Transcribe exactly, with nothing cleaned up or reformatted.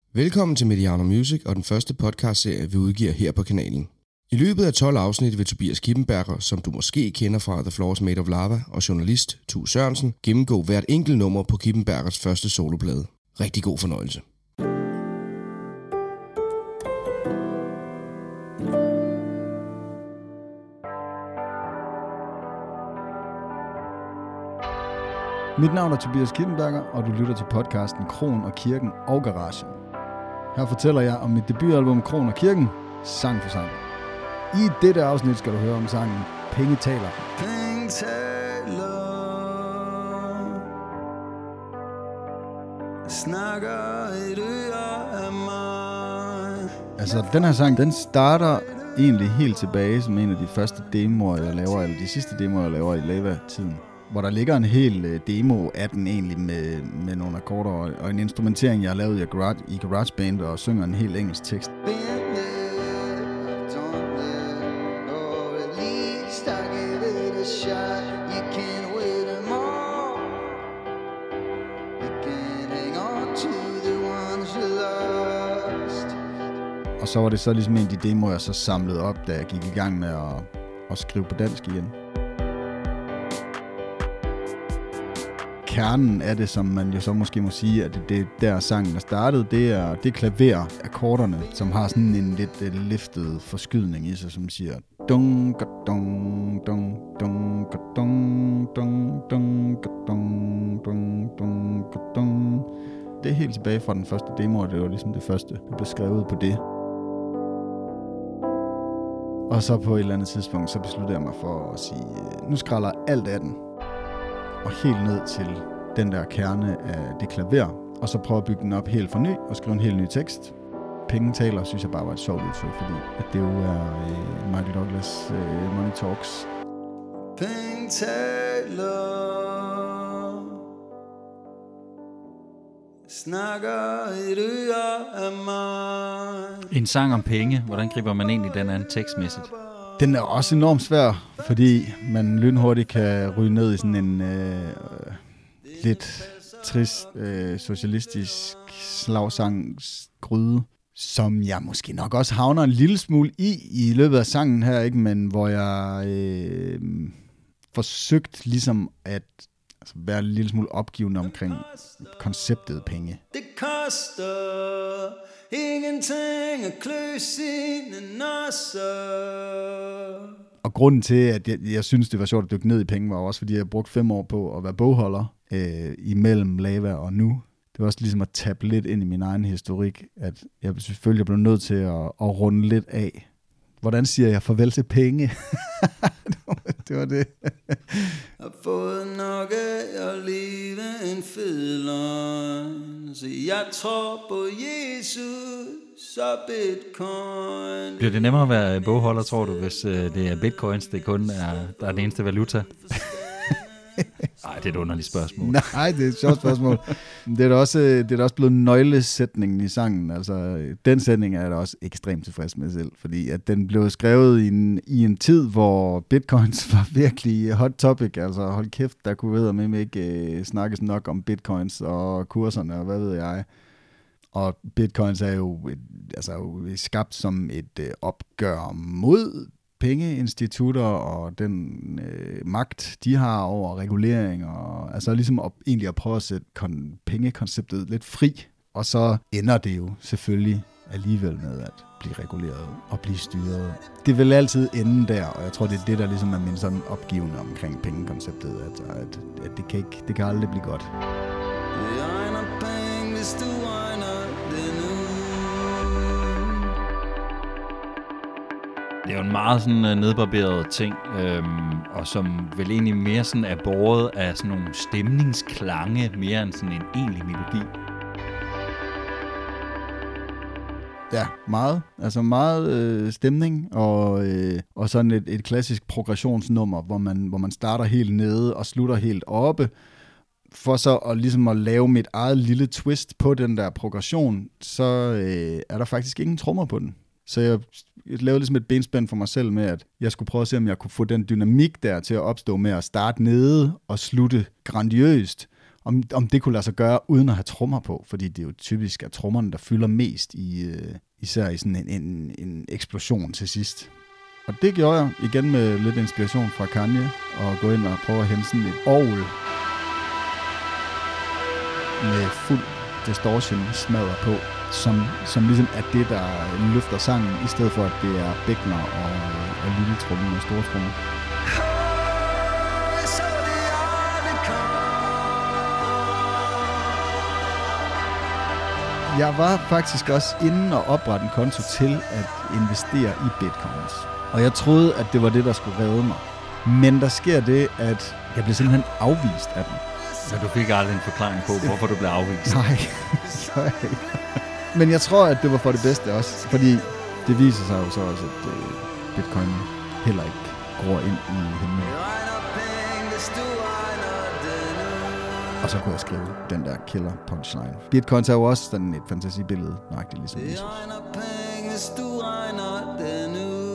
Velkommen til Mediano Music og den første podcastserie, vi udgiver her på kanalen. I løbet af tolv afsnit vil Tobias Kippenberger, som du måske kender fra The Floor is Made of Lava, og journalist Tue Sørensen, gennemgå hvert enkelt nummer på Kippenbergers første soloplade. Rigtig god fornøjelse. Mit navn er Tobias Kippenberger, og du lytter til podcasten Kron og Kirken og Garagen. Her fortæller jeg om mit debutalbum Kron og Kirken, sang for sang. I dette afsnit skal du høre om sangen Penge taler. Penge taler, snakker et øre af mig. Altså, den her sang, den starter egentlig helt tilbage som en af de første demoer, jeg laver, eller de sidste demoer, jeg laver i Lava-tiden. Hvor der ligger en hel demo af den egentlig med, med nogle akkorder og, og en instrumentering, jeg har lavet i, garage, i GarageBand og synger en helt engelsk tekst. Og så var det så ligesom en af de demoer, jeg så samlede op, da jeg gik i gang med at, at skrive på dansk igen. Kernen af det, som man jo så måske må sige, at det, det der sangen er startet, det er, det er klaverakkorderne, som har sådan en lidt uh, liftet forskydning i sig, som siger dung dung dung dung dung dung dung dung dung dung dung. Det er helt tilbage fra den første demo, og det var ligesom det første, der blev skrevet på det. Og så på et eller andet tidspunkt, så besluttede jeg mig for at sige, nu skræller alt af den. Og helt ned til den der kerne af det klaver, og så prøve at bygge den op helt for ny, og skrive en helt ny tekst. Penge taler, synes jeg bare var et sjovt udtryk, fordi at det jo er øh, Michael Douglas øh, Money Talks. Penge taler, snakker et øre af mig. En sang om penge, hvordan griber man egentlig den an tekstmæssigt? Den er også enormt svær, fordi man lynhurtigt kan ryge ned i sådan en øh, lidt trist øh, socialistisk slagsangsgryde, som jeg måske nok også havner en lille smule i i løbet af sangen her, ikke? Men hvor jeg øh, forsøgt ligesom at altså, være en lille smule opgivende omkring konceptet penge. Det koster ingenting at klø sine nasser. Og grunden til, at jeg, jeg synes, det var sjovt at dykke ned i penge, var også, fordi jeg brugte fem år på at være bogholder øh, imellem Lava og nu. Det var også ligesom at tabe lidt ind i min egen historik, at jeg selvfølgelig blev nødt til at, at runde lidt af. Hvordan siger jeg farvel til penge? Det var det. Jeg har fået nok af at leve en fed løgn, så jeg tror på Jesus og bitcoin. Bliver det nemmere at være bogholder, tror du, hvis øh, det er bitcoins, det kun er, der er den eneste valuta? Nej, det er et underligt spørgsmål. Nej, det er et sjovt spørgsmål. Det er da også, det er da også blevet nøglesætningen i sangen. Altså, den sætning er jeg da også ekstremt tilfreds med selv, fordi at den blev skrevet i en, i en tid, hvor bitcoins var virkelig hot topic. Altså, hold kæft, der kunne ved med ikke uh, snakkes nok om bitcoins og kurserne, og hvad ved jeg. Og bitcoins er jo, altså, jo skabt som et uh, opgør mod pengeinstitutter og den øh, magt, de har over regulering, og altså ligesom op, egentlig at prøve at sætte kon- pengekonceptet lidt fri, og så ender det jo selvfølgelig alligevel med at blive reguleret og blive styret. Det vil altid ende der, og jeg tror, det er det, der ligesom er min sådan opgivende omkring pengekonceptet, at, at, at det, kan ikke, det kan aldrig blive godt. Det egner penge, hvis du egner det nu. Det er jo en meget sådan uh, nedbarberet ting, øhm, og som vel egentlig mere sådan er båret af sådan nogle stemningsklange, mere end sådan en egentlig melodi. Ja, meget. Altså meget øh, stemning, og, øh, og sådan et, et klassisk progressionsnummer, hvor man, hvor man starter helt nede og slutter helt oppe, for så at, ligesom at lave mit eget lille twist på den der progression, så øh, er der faktisk ingen trommer på den. Så jeg, jeg lavede ligesom et benspænd for mig selv med, at jeg skulle prøve at se, om jeg kunne få den dynamik der til at opstå med at starte nede og slutte grandiøst, om, om det kunne lade sig gøre, uden at have trommer på, fordi det er jo typisk, at trommerne, der fylder mest, i, øh, især i sådan en, en, en eksplosion til sidst. Og det gjorde jeg igen med lidt inspiration fra Kanye, og gå ind og prøve at hente sådan et orgel med fuld distortion smadret på, som, som ligesom er det, der løfter sangen, i stedet for at det er bækkener og, og lille tromme og store tromme. Jeg var faktisk også inde og oprette en konto til at investere i bitcoins. Og jeg troede, at det var det, der skulle redde mig. Men der sker det, at jeg blev simpelthen afvist af den. Så du fik aldrig en forklaring på, hvorfor du blev afvist? Nej, nej. Men jeg tror, at det var for det bedste også. Fordi det viser sig jo så også, at uh, bitcoin heller ikke gror ind i himlen. Og så kunne jeg skrive den der killer punchline. Bitcoins er jo også sådan et fantasibillede, nøjagtigt ligesom Jesus.